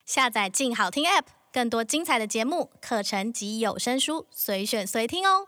下载静好听 App， 更多精彩的节目、课程及有声书，随选随听哦。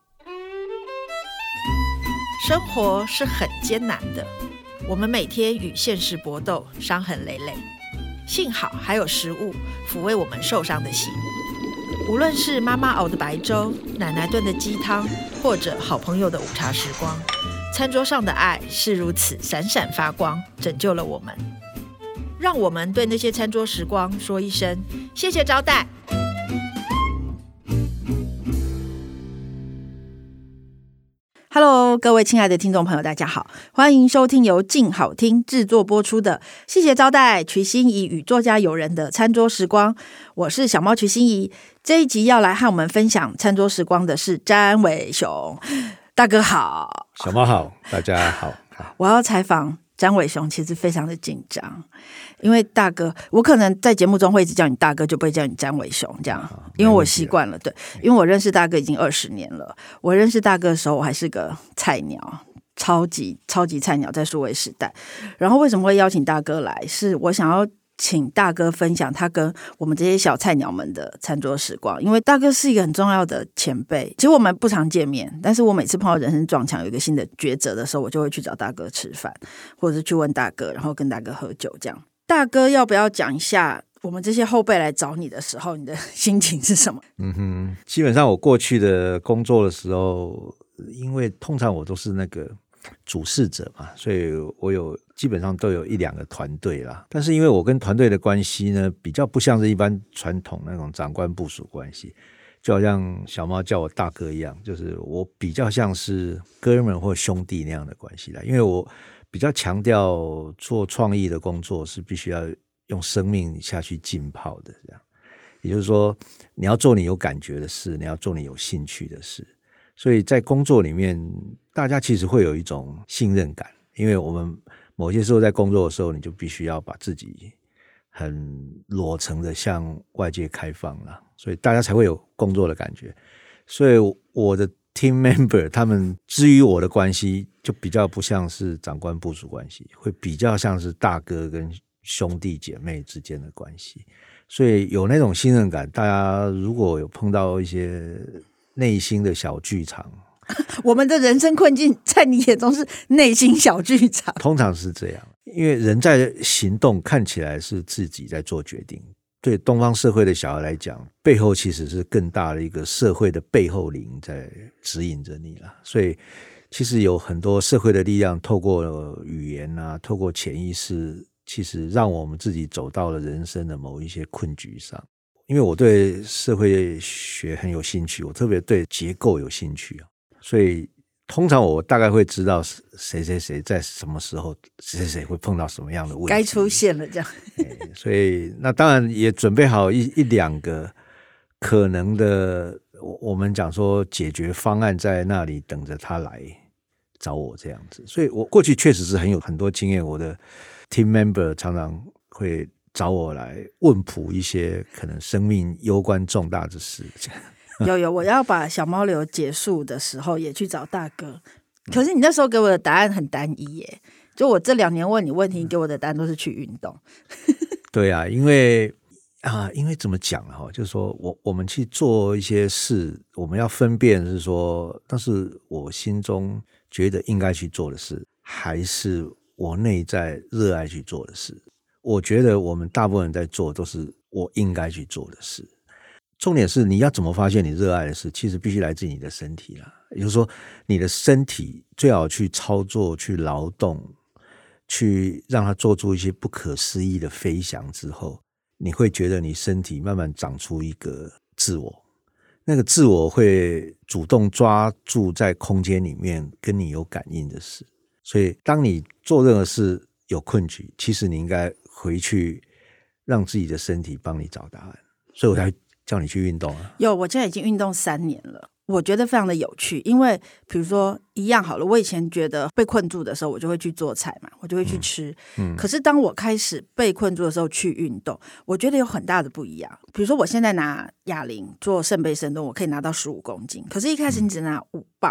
生活是很艰难的，我们每天与现实搏斗，伤痕累累。幸好还有食物抚慰我们受伤的心。无论是妈妈熬的白粥、奶奶炖的鸡汤，或者好朋友的午茶时光，餐桌上的爱是如此闪闪发光，拯救了我们。让我们对那些餐桌时光说一声谢谢招待。Hello， 各位亲爱的听众朋友，大家好，欢迎收听由静好听制作播出的《谢谢招待》瞿欣怡与作家友人的餐桌时光。我是小猫瞿欣怡，这一集要来和我们分享餐桌时光的是詹伟雄大哥好。 小猫好，大家好。 我要采访詹伟雄，其实非常的紧张，因为大哥，我可能在节目中会一直叫你大哥，就不会叫你詹伟雄这样，因为我习惯了。对，因为我认识大哥已经20年了。我认识大哥的时候，我还是个菜鸟，超级菜鸟，在数位时代。然后为什么会邀请大哥来？是我想要请大哥分享他跟我们这些小菜鸟们的餐桌时光，因为大哥是一个很重要的前辈。其实我们不常见面，但是我每次碰到人生撞墙有一个新的抉择的时候，我就会去找大哥吃饭，或者是去问大哥，然后跟大哥喝酒这样。大哥要不要讲一下我们这些后辈来找你的时候，你的心情是什么？ 基本上我过去的工作的时候，因为通常我都是那个主事者嘛，所以我基本上都有1-2个团队啦。但是因为我跟团队的关系呢，比较不像是一般传统那种长官部属关系，就好像小猫叫我大哥一样，就是我比较像是哥们或兄弟那样的关系啦。因为我比较强调做创意的工作是必须要用生命下去浸泡的，这样，也就是说你要做你有感觉的事，你要做你有兴趣的事。所以在工作里面，大家其实会有一种信任感，因为我们某些时候在工作的时候，你就必须要把自己很裸层的向外界开放了，所以大家才会有工作的感觉。所以我的 team member 他们至于我的关系就比较不像是长官部属关系，会比较像是大哥跟兄弟姐妹之间的关系，所以有那种信任感。大家如果有碰到一些内心的小剧场， 我们的人生困境在你眼中是内心小剧场， 通常是这样。因为人在行动看起来是自己在做决定，对东方社会的小孩来讲，背后其实是更大的一个社会的背后灵在指引着你啦。所以其实有很多社会的力量透过语言啊，透过潜意识，其实让我们自己走到了人生的某一些困局上。因为我对社会学很有兴趣，我特别对结构有兴趣，所以通常我大概会知道谁在什么时候谁会碰到什么样的问题， 该出现了这样。 所以那当然也准备好1-2个可能的，我们讲说解决方案在那里等着他来找我这样子。所以我过去确实是很多经验，我的 team member 常常会找我来问卜一些可能生命攸关重大之事。 有，我要把小猫流结束的时候也去找大哥，可是你那时候给我的答案很单一耶，就我这2年问你问题，你给我的答案都是去运动。 对啊，因为怎么讲啊，就是说我们去做一些事，我们要分辨是说，但是我心中觉得应该去做的事，还是我内在热爱去做的事。我觉得我们大部分人在做都是我应该去做的事。重点是你要怎么发现你热爱的事，其实必须来自你的身体啦。也就是说，你的身体最好去操作、去劳动，去让它做出一些不可思议的飞翔之后，你会觉得你身体慢慢长出一个自我，那个自我会主动抓住在空间里面跟你有感应的事。所以当你做任何事有困局，其实你应该回去让自己的身体帮你找答案。所以我才叫你去运动啊。 有，我现在已经运动3年了，我觉得非常的有趣。因为比如说一样好了，我以前觉得被困住的时候，我就会去做菜嘛，我就会去吃。可是当我开始被困住的时候去运动，我觉得有很大的不一样。比如说我现在拿哑铃做圣杯深蹲，我可以拿到15公斤，可是一开始你只拿5磅。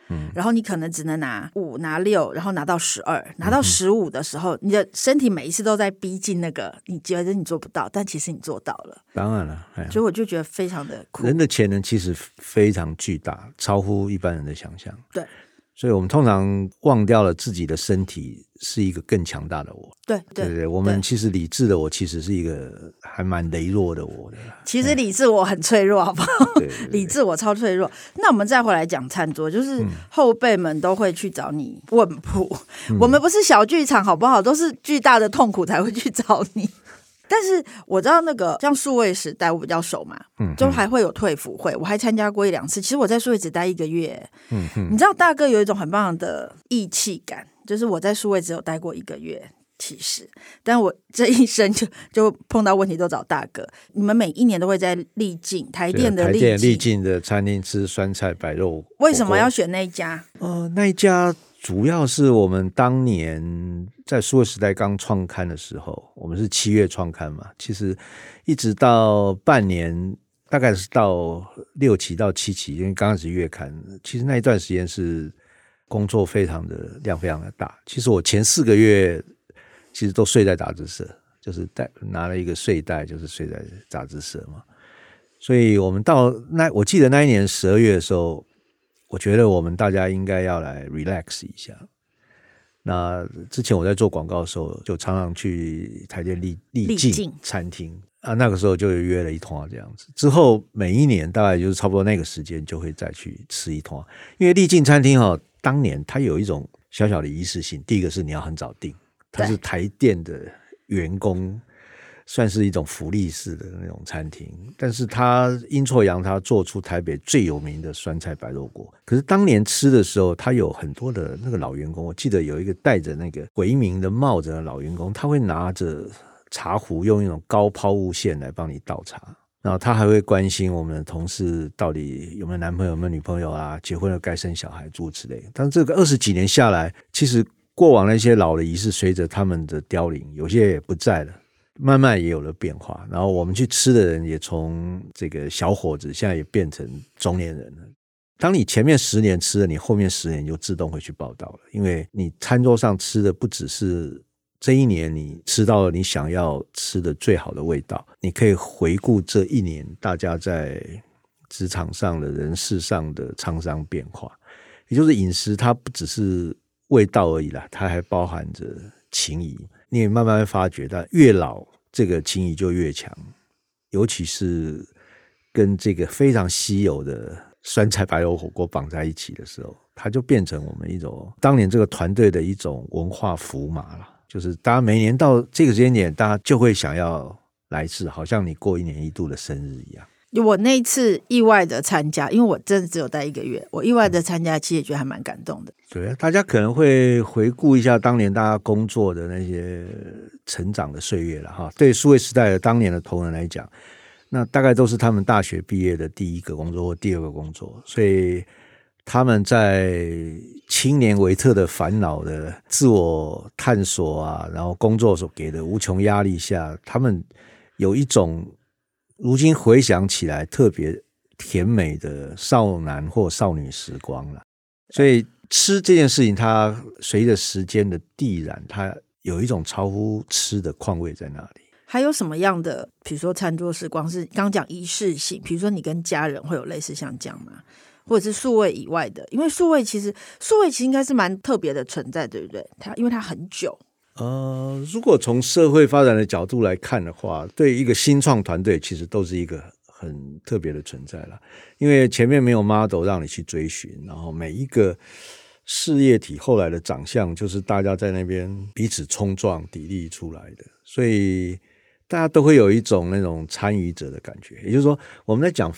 然后你可能只能拿5拿6，然后拿到12，拿到15的时候，你的身体每一次都在逼近那个你觉得你做不到，但其实你做到了。 当然了， 所以我就觉得非常的酷。 人的潜能其实非常巨大，超乎一般人的想象。 对， 所以我们通常忘掉了自己的身体是一个更强大的我。对，我们其实理智的我其实是一个还蛮羸弱的我的。 其实理智我很脆弱，好不好？ 对， 理智我超脆弱。那我们再回来讲餐桌，就是后辈们都会去找你问卜，我们不是小剧场，好不好？都是巨大的痛苦才会去找你。但是我知道那个像数位时代我比较熟嘛，就还会有退辅会，我还参加过1、2次。其实我在数位只待1个月，你知道大哥有一种很棒的义气感，就是我在数位只有待过1个月，其实，但我这一生就碰到问题都找大哥。你们每一年都会在丽境台电的丽境的餐厅吃酸菜白肉， 为什么要选那一家？ 那一家主要是我们当年在数位时代刚创刊的时候，我们是7月创刊嘛，其实一直到半年，大概是到6期到7期，因为刚开始月刊，其实那一段时间是工作非常的量非常的大。其实我前4个月其实都睡在杂志社，就是拿了一个睡袋，就是睡在杂志社嘛。所以我们我记得那一年12月的时候，我觉得我们大家应该要来 relax 一下。那之前我在做广告的时候，就常常去台电丽境餐厅啊，那个时候就约了一通这样子。之后每一年大概就是差不多那个时间就会再去吃一通，因为丽境餐厅当年它有一种小小的仪式性。第一个是你要很早订，它是台电的员工，算是一种福利式的那种餐厅，但是他阴错阳差做出台北最有名的酸菜白肉锅。可是当年吃的时候，他有很多的那个老员工，我记得有一个戴着那个回民的帽子的老员工，他会拿着茶壶用一种高抛物线来帮你倒茶，然后他还会关心我们的同事到底有没有男朋友有没有女朋友啊，结婚了该生小孩诸如此类。但这个20几年下来，其实过往那些老的仪式随着他们的凋零，有些也不在了，慢慢也有了变化。然后我们去吃的人也从这个小伙子现在也变成中年人了。当你前面10年吃了，你后面10年就自动会去报道了，因为你餐桌上吃的不只是这一年你吃到了你想要吃的最好的味道，你可以回顾这一年大家在职场上的人事上的沧桑变化。也就是饮食它不只是味道而已啦，它还包含着情谊。你也慢慢发觉到越老这个情谊就越强，尤其是跟这个非常稀有的酸菜白肉火锅绑在一起的时候，它就变成我们一种当年这个团队的一种文化符码了。就是大家每年到这个时间点，大家就会想要来一次，好像你过1年1度的生日一样。 我那一次意外的参加，因为我真的只有待1个月，我意外的参加，其实也觉得还蛮感动的。 对，大家可能会回顾一下当年大家工作的那些成长的岁月了哈。对数位时代的当年的同仁来讲，那大概都是他们大学毕业的第1个工作或第2个工作，所以他们在青年维特的烦恼的自我探索啊，然后工作所给的无穷压力下，他们有一种如今回想起来特别甜美的少男或少女时光了。所以吃这件事情，它随着时间的递染，它有一种超乎吃的况味在那里。 还有什么样的比如说餐桌时光是刚讲仪式性，比如说你跟家人会有类似像这样吗？或者是数位以外的？因为数位其实应该是蛮特别的存在，对不对？因为它很久。 如果从社会发展的角度来看的话，对一个新创团队其实都是一个很特别的存在啦。因为前面没有 model 让你去追寻，然后每一个事业体后来的长相就是大家在那边彼此冲撞砥砺出来的，所以大家都会有一种那种参与者的感觉。也就是说我们在讲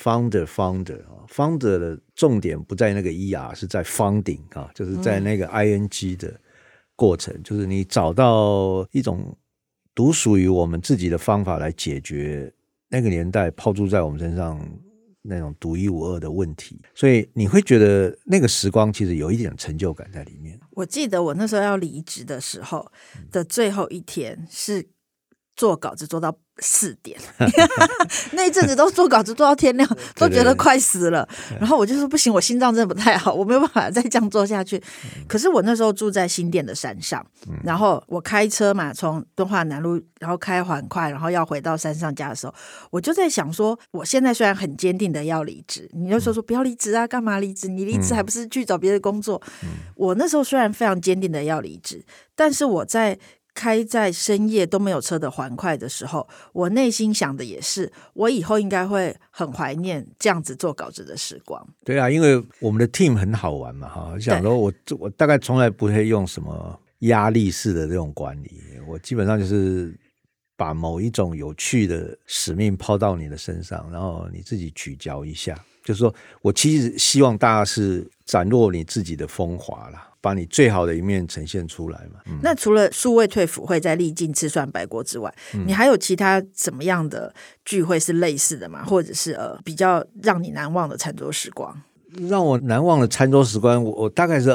founder 的重点不在那个 ER， 是在 founding 就是在那个 ING 的过程，就是你找到一种独属于我们自己的方法来解决那个年代抛诸在我们身上那种独一无二的问题，所以你会觉得那个时光其实有一点成就感在里面。 我记得我那时候要离职的时候的最后一天是做稿子做到 4点那一阵子都做稿子做到天亮，都觉得快死了。然后我就说不行，我心脏真的不太好，我没有办法再这样做下去。可是我那时候住在新店的山上，然后我开车嘛，从敦化南路然后开很快，然后要回到山上家的时候，我就在想说，我现在虽然很坚定的要离职，你就说不要离职啊，干嘛离职？你离职还不是去找别的工作？我那时候虽然非常坚定的要离职，但是我在开在深夜都没有车的环快的时候，我内心想的也是，我以后应该会很怀念这样子做稿子的时光。 对啊，因为我们的 team 很好玩嘛，哈，想说我大概从来不会用什么压力式的这种管理，我基本上就是把某一种有趣的使命抛到你的身上，然后你自己咀嚼一下。就是说我其实希望大家是展露你自己的风华啦，把你最好的一面呈现出来嘛。 那除了数位退辅会在历尽吃涮白锅之外，你还有其他怎么样的聚会是类似的吗？或者是比较让你难忘的餐桌时光？ 让我难忘的餐桌时光，我大概是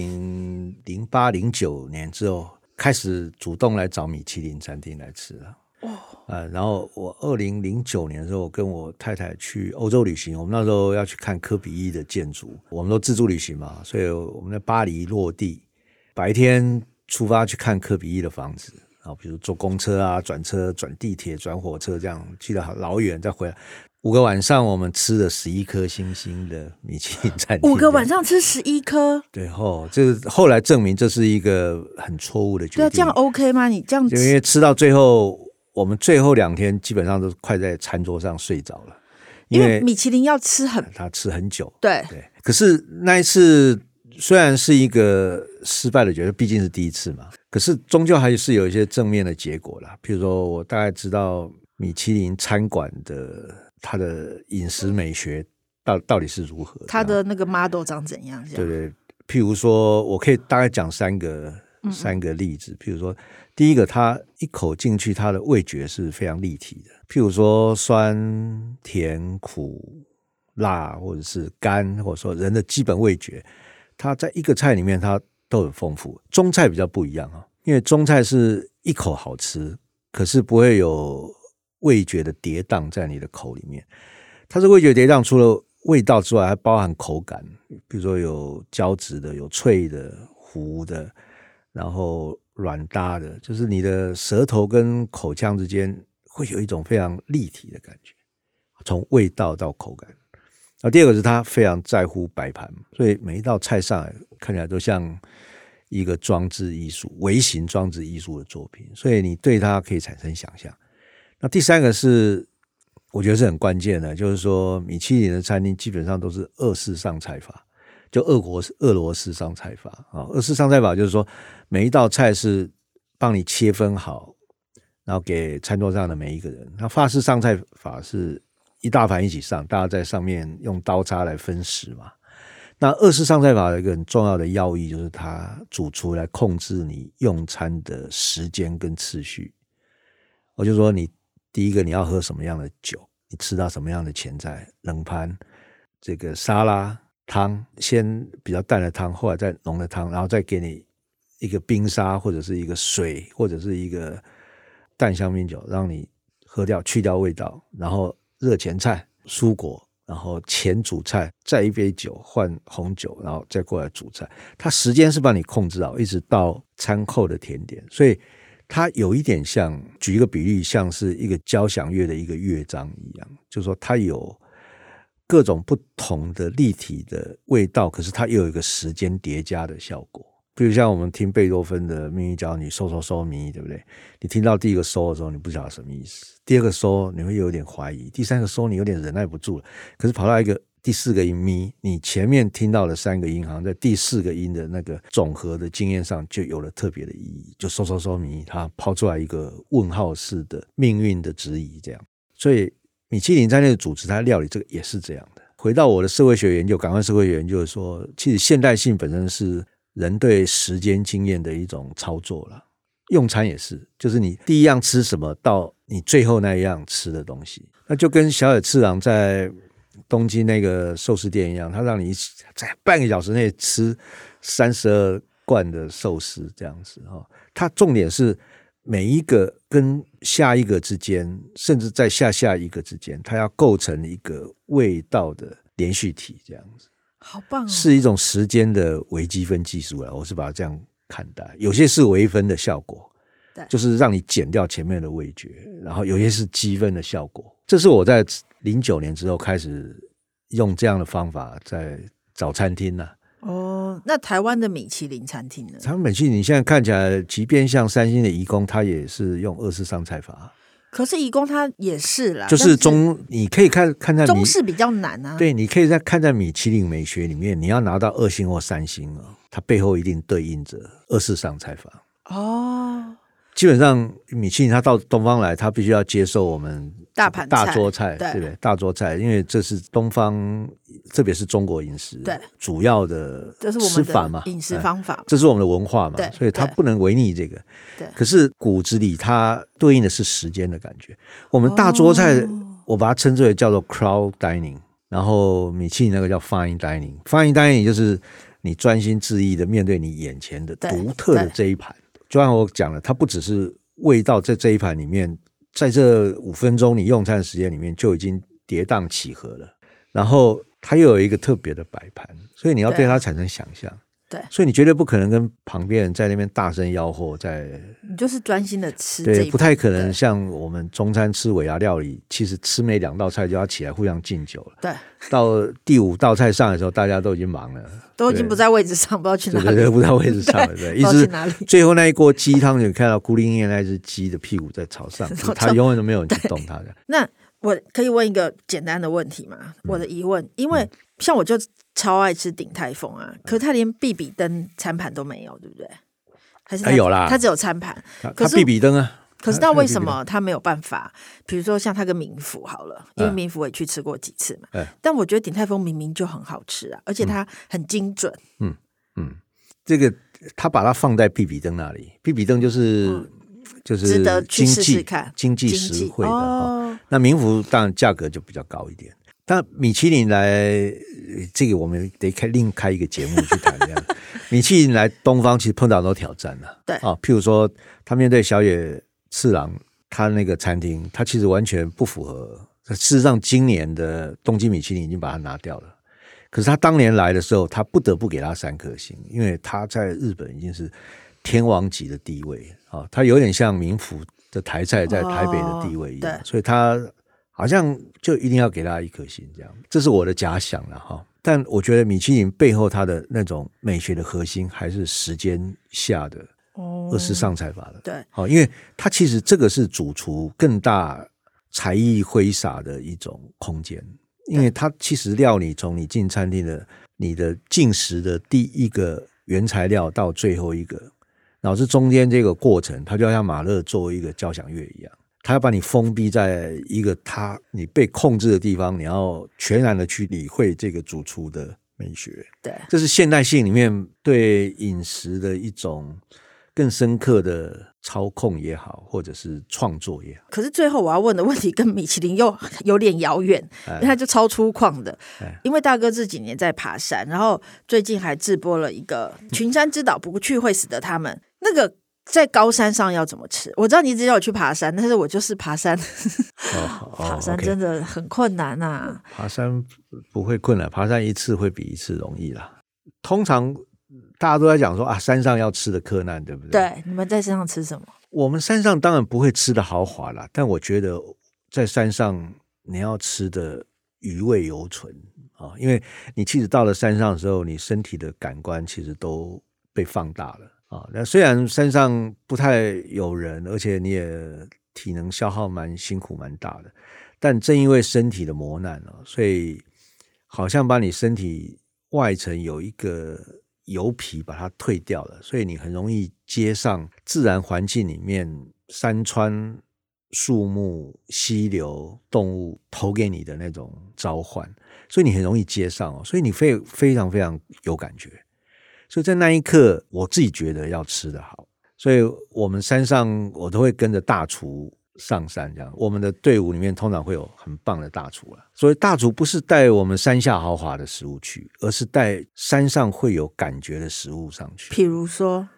2008、09年之后开始主动来找米其林餐厅来吃了。然后我2009年的时候，我跟我太太去欧洲旅行，我们那时候要去看科比一的建筑，我们都自助旅行嘛，所以我们在巴黎落地，白天出发去看科比一的房子，然后比如坐公车啊，转车、转地铁、转火车，这样去得老远再回来。5个晚上我们吃了11颗星星的米其林餐厅。 5个晚上吃11颗？ 对这后来证明这是一个很错误的决定。 对啊，这样 OK 吗？你这样因为吃到最后，我们最后2天基本上都快在餐桌上睡着了， 因为米其林要吃他吃很久。 对。 可是那一次虽然是一个失败的决定，毕竟是第一次嘛，可是终究还是有一些正面的结果啦。譬如说我大概知道米其林餐馆的它的饮食美学到底是如何， 它的那个 model 长怎样？ 对，譬如说我可以大概讲3个例子。譬如说第一个，它一口进去，它的味觉是非常立体的，譬如说酸甜苦辣或者是甘，或者说人的基本味觉，它在一个菜里面它都很丰富。中菜比较不一样，因为中菜是一口好吃，可是不会有味觉的跌宕在你的口里面。它是味觉跌宕，除了味道之外还包含口感，比如说有胶质的，有脆的、糊的，然后软搭的，就是你的舌头跟口腔之间会有一种非常立体的感觉，从味道到口感。第二个是他非常在乎摆盘，所以每一道菜上来看起来都像一个装置艺术，微型装置艺术的作品，所以你对它可以产生想象。那第3个是我觉得是很关键的，就是说米其林的餐厅基本上都是2式上菜法，就俄罗斯上菜法。2式上菜法就是说每一道菜是帮你切分好，然后给餐桌上的每一个人。那法式上菜法是一大盘一起上，大家在上面用刀叉来分食嘛。那2式上菜法的一个很重要的要义就是它主厨来控制你用餐的时间跟次序。我就说你第一个你要喝什么样的酒，你吃到什么样的前菜，冷盘这个沙拉汤，先比较淡的汤，后来再浓的汤，然后再给你一个冰沙或者是一个水或者是一个淡香槟酒，让你喝掉去掉味道，然后热前菜蔬果，然后前主菜，再一杯酒换红酒，然后再过来主菜。它时间是帮你控制好，一直到餐后的甜点，所以它有一点像，举一个比喻，像是一个交响乐的一个乐章一样，就是说它有各种不同的立体的味道，可是它又有一个时间叠加的效果。比如像我们听贝多芬的命运交响曲嗦咪，对不对？你听到第一个嗦的时候你不晓得什么意思，第2个嗦你会有点怀疑，第3个嗦你有点忍耐不住了，可是跑到一个第4个音咪，你前面听到的3个音好像在第4个音的那个总和的经验上就有了特别的意义，就嗦咪，它抛出来一个问号式的命运的质疑，这样。所以米其林餐厅的主持它料理这个也是这样的。回到我的社会学研究，感官社会学研究的说，其实现代性本身是人对时间经验的一种操作啦。用餐也是，就是你第一样吃什么到你最后那一样吃的东西，那就跟小野次郎在东京那个寿司店一样，他让你在半个小时内吃32罐的寿司这样子。他重点是每一个跟下一个之间，甚至在下一个之间，它要构成一个味道的连续体，这样子。 好棒哦！ 是一种时间的微积分技术啦，我是把它这样看待。有些是微分的效果，就是让你减掉前面的味觉，然后有些是积分的效果。这是我在09年之后开始用这样的方法在找餐厅啦。 哦，那台湾的米其林餐厅呢？ 台湾米其林现在看起来，即便像三星的颐宫，它也是用24上菜法。 可是颐宫它也是啦， 就是你可以看在中式比较难啊。 对，你可以看在米其林美学里面，你要拿到2星或3星它背后一定对应着24上菜法。 哦， 基本上米其林它到东方来，它必须要接受我们大盘菜、 大桌菜，对不对？大桌菜，因为这是东方，特别是中国饮食主要的吃法嘛， 饮食方法， 这是我们的文化嘛，所以它不能违逆这个。可是骨子里它对应的是时间的感觉。我们大桌菜，我把它称之为叫做 crowd dining， 然后米其林那个叫 fine dining。fine dining 就是你专心致意的面对你眼前的独特的这一盘。就像我讲了，它不只是味道在这一盘里面，在这5分钟你用餐的时间里面就已经跌宕起伏了，然后它又有一个特别的摆盘，所以你要对它产生想象。对，所以你绝对不可能跟旁边人在那边大声吆喝，你就是专心的吃这一盘。 对，不太可能像我们中餐吃尾牙料理，其实吃没2道菜就要起来互相敬酒了。对，到第5道菜上的时候，大家都已经忙了， 都已经不在位置上，不知道去哪里。 对，不在位置上了。对，一直最后那一锅鸡汤，你看到孤零零那只鸡的屁股在朝上，它永远都没有人去动它的。 那我可以问一个简单的问题吗？我的疑问，因为像我就超爱吃鼎泰丰啊，可是他连必比登餐盘都没有，对不对？还是他有啦， 他只有餐盘， 他必比登啊。 可是那为什么他没有办法？比如说像他跟民福好了，因为民福我也去吃过几次嘛。但我觉得鼎泰丰明明就很好吃啊，而且它很精准。 这个他把它放在必比登那里，必比登就是值得去试试看， 经济实惠的。那民福当然价格就比较高一点。但米其林来，这个我们得另开一个节目去谈。这样，米其林来东方其实碰到很多挑战了。对啊，譬如说他面对小野次郎，他那个餐厅，他其实完全不符合。事实上，今年的东京米其林已经把它拿掉了。可是他当年来的时候，他不得不给他3颗星，因为他在日本已经是天王级的地位啊，他有点像民福的台菜在台北的地位一样，所以他好像就一定要给他1颗星这样，这是我的假想了哈。但我觉得米其林背后它的那种美学的核心还是时间下的24上菜法的。对，好，因为它其实这个是主厨更大才艺挥洒的一种空间，因为它其实料理从你进餐厅的你的进食的第一个原材料到最后一个，然后是中间这个过程，它就要像马勒做一个交响乐一样。他要把你封闭在一个你被控制的地方，你要全然的去理会这个主厨的美学。对，这是现代性里面对饮食的一种更深刻的操控也好，或者是创作也好。 可是最后我要问的问题跟米其林又有点遥远，因为它就超粗犷的。因为大哥这几年在爬山，然后最近还制播了一个群山之岛不去会死的他们，那个在高山上要怎么吃？我知道你一直要去爬山，但是我就是爬山爬山真的很困难啊。 爬山不会困难，爬山一次会比一次容易啦。通常大家都在讲说啊，山上要吃的克难，对不对？ 对，你们在山上吃什么？ 我们山上当然不会吃的豪华啦，但我觉得在山上你要吃的余味犹存啊，因为你其实到了山上的时候，你身体的感官其实都被放大了。那虽然山上不太有人，而且你也体能消耗蛮辛苦蛮大的，但正因为身体的磨难所以好像把你身体外层有一个油皮把它退掉了，所以你很容易接上自然环境里面山川树木溪流动物投给你的那种召唤，所以你很容易接上所以你非常非常有感觉。所以在那一刻我自己觉得要吃得好，所以我们山上我都会跟着大厨上山，这样我们的队伍里面通常会有很棒的大厨了。所以大厨不是带我们山下豪华的食物去，而是带山上会有感觉的食物上去。 譬如说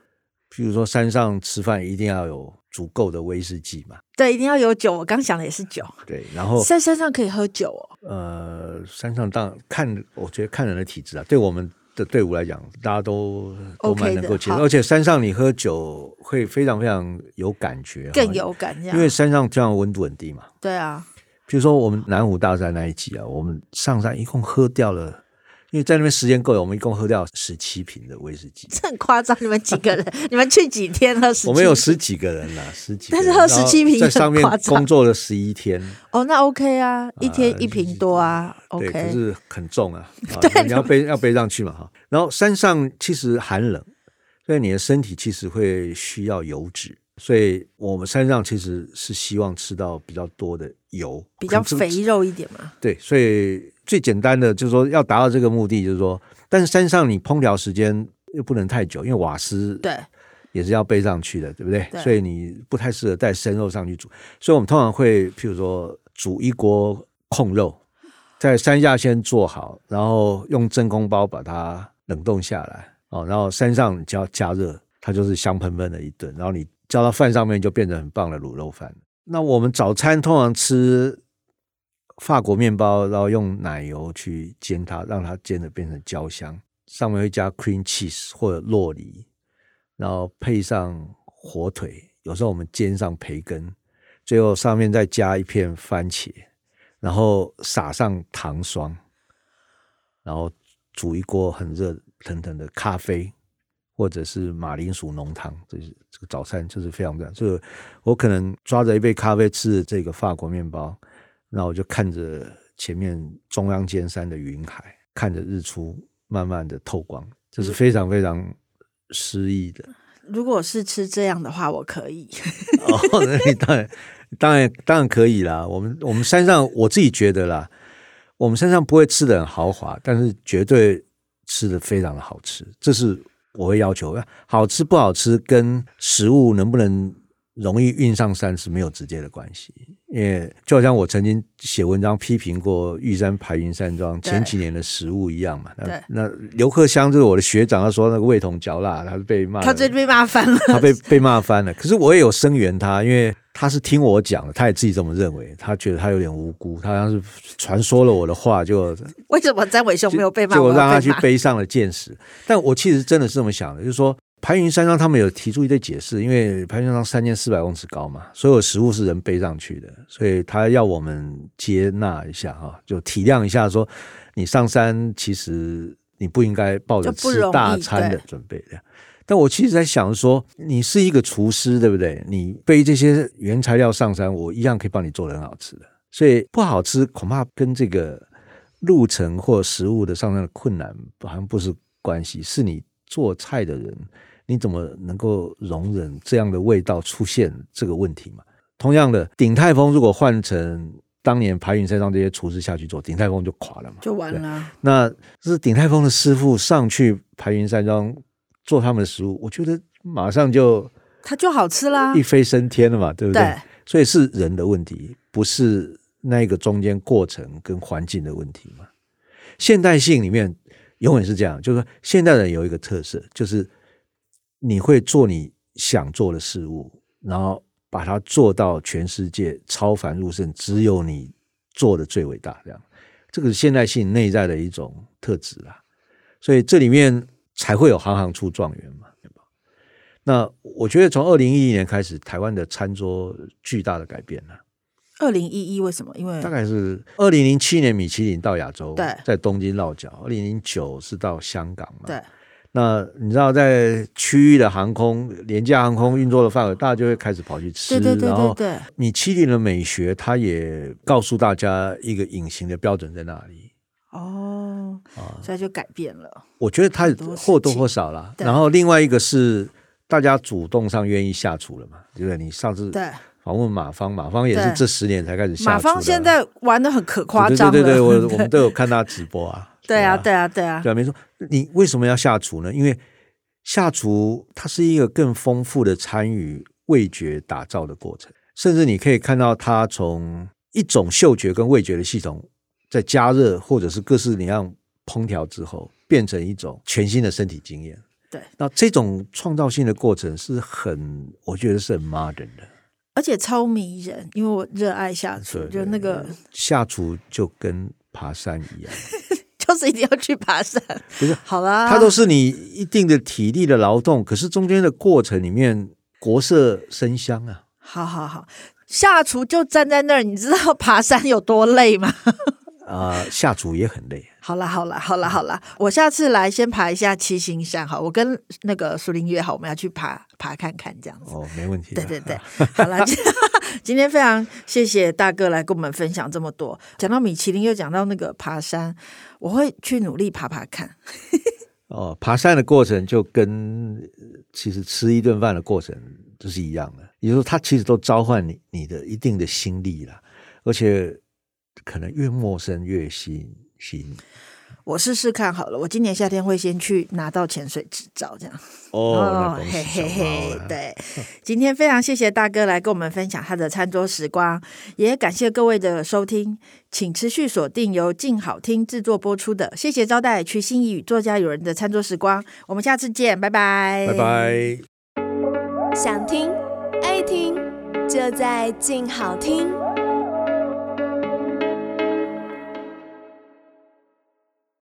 譬如说山上吃饭一定要有足够的威士忌嘛， 对，一定要有酒。我刚想的也是酒。 对，然后在山上可以喝酒山上当然我觉得看人的体质啊，对我们的队伍来讲，大家都蛮能够接受，而且山上你喝酒会非常非常有感觉， 更有感这样， 因为山上这样温度很低嘛。 对啊， 比如说我们南湖大山那一集啊，我们上山一共喝掉了，因为在那边时间够了，我们一共喝掉17瓶的威士忌。 这很夸张，你们几个人？你们去几天喝17瓶？ 我们有10几个人啦，10几个人， 但是喝17瓶在上面工作了11天。 哦，那 OK 啊，一天1瓶多啊 ，OK。 对，可是很重啊，你要背上去嘛哈。然后山上其实寒冷，所以你的身体其实会需要油脂，所以我们山上其实是希望吃到比较多的油， 比较肥肉一点嘛。 对，所以最简单的就是说要达到这个目的，就是说，但是山上你烹调时间又不能太久，因为瓦斯对也是要背上去的，对不对？所以你不太适合带生肉上去煮，所以我们通常会譬如说煮一锅控肉，在山下先做好，然后用真空包把它冷冻下来，然后山上只要加热，它就是香喷喷的一顿，然后你浇到饭上面就变成很棒的卤肉饭。那我们早餐通常吃法国面包，然后用奶油去煎它，让它煎的变成焦香，上面会加 cream cheese 或者酪梨，然后配上火腿，有时候我们煎上培根，最后上面再加一片番茄，然后撒上糖霜，然后煮一锅很热腾腾的咖啡或者是马铃薯浓汤，这个早餐就是非常这样。这个我可能抓着一杯咖啡，吃着这个法国面包，那我就看着前面中央尖山的云海，看着日出慢慢的透光，这是非常非常诗意的。 如果是吃这样的话，我可以。 那你当然可以啦。我们山上我自己觉得啦，我们山上不会吃得很豪华，但是绝对吃得非常的好吃，这是我会要求。好吃不好吃跟食物能不能容易运上山是没有直接的关系，因为就好像我曾经写文章批评过玉山排云山庄前几年的食物一样嘛。那刘克襄就是我的学长，他说那个味同嚼蜡，他是被骂， 他最被骂翻了， 他被骂翻了。可是我也有声援他，因为他是听我讲的，他也自己这么认为，他觉得他有点无辜，他好像是传说了我的话，就为什么詹伟兄没有被骂？ 结果让他去背上了见识。但我其实真的是这么想的，就是说排云山庄他们有提出一堆解释，因为排云山庄3400公尺高嘛，所有食物是人背上去的，所以他要我们接纳一下就体谅一下，说你上山其实你不应该抱着吃大餐的准备的。但我其实在想说，你是一个厨师，对不对？你背这些原材料上山，我一样可以帮你做得很好吃的。所以不好吃恐怕跟这个路程或食物的上山的困难好像不是关系，是你做菜的人，你怎么能够容忍这样的味道出现这个问题嘛？同样的，鼎泰丰如果换成当年排云山庄这些厨师下去做，鼎泰丰就垮了嘛， 就完了。 那是鼎泰丰的师傅上去排云山庄做他们的食物，我觉得马上就它就好吃啦， 一飞升天了嘛，对不对？ 对， 所以是人的问题，不是那个中间过程跟环境的问题嘛。现代性里面永远是这样，就是说现代人有一个特色，就是你会做你想做的事物，然后把它做到全世界超凡入圣，只有你做的最伟大，这个是现代性内在的一种特质啦。所以这里面才会有行行出状元嘛，对吧？那我觉得从2011年开始，台湾的餐桌巨大的改变了。 2011为什么？因为大概是2007年米其林到亚洲， 对， 在东京落脚，2009是到香港嘛， 对。 那你知道，在区域的航空、廉价航空运作的范围，大家就会开始跑去吃。 对， 然后米其林的美学，它也告诉大家一个隐形的标准在那里。 所以就改变了。 我觉得它或多或少啦。然后另外一个是大家主动上愿意下厨了嘛，对不对？你上次访问马芳，马芳也是这10年才开始下厨的。 马芳现在玩得很可夸张了。 对，我们都有看他直播啊。 对啊， 没错。你为什么要下厨呢？因为下厨它是一个更丰富的参与味觉打造的过程，甚至你可以看到它从一种嗅觉跟味觉的系统在加热或者是各式各样烹调之后，变成一种全新的身体经验。 对。 那这种创造性的过程是我觉得是很 modern 的， 而且超迷人，因为我热爱下厨，就那个下厨就跟爬山一样。 就是一定要去爬山， 不是好啦， 它都是你一定的体力的劳动，可是中间的过程里面国色生香啊。 好，下厨就站在那儿，你知道爬山有多累吗？ 下厨也很累。 好啦，我下次来先爬一下七星山，好，我跟那个苏林约好，我们要去爬看看这样子。 哦，没问题。 对，好啦，今天非常谢谢大哥来跟我们分享这么多。讲到米其林，又讲到那个爬山，我会去努力爬看。 爬山的过程就跟其实吃一顿饭的过程就是一样的，也就是说，它其实都召唤你的一定的心力啦，而且可能越陌生越吸引你。我试试看好了，我今年夏天会先去拿到潜水执照，这样。 嘿嘿嘿， 对。今天非常谢谢大哥来跟我们分享他的餐桌时光，也感谢各位的收听，请持续锁定由静好听制作播出的谢谢招待瞿欣怡与作家友人的餐桌时光，我们下次见，拜拜， 拜拜。 想听爱听，就在静好听。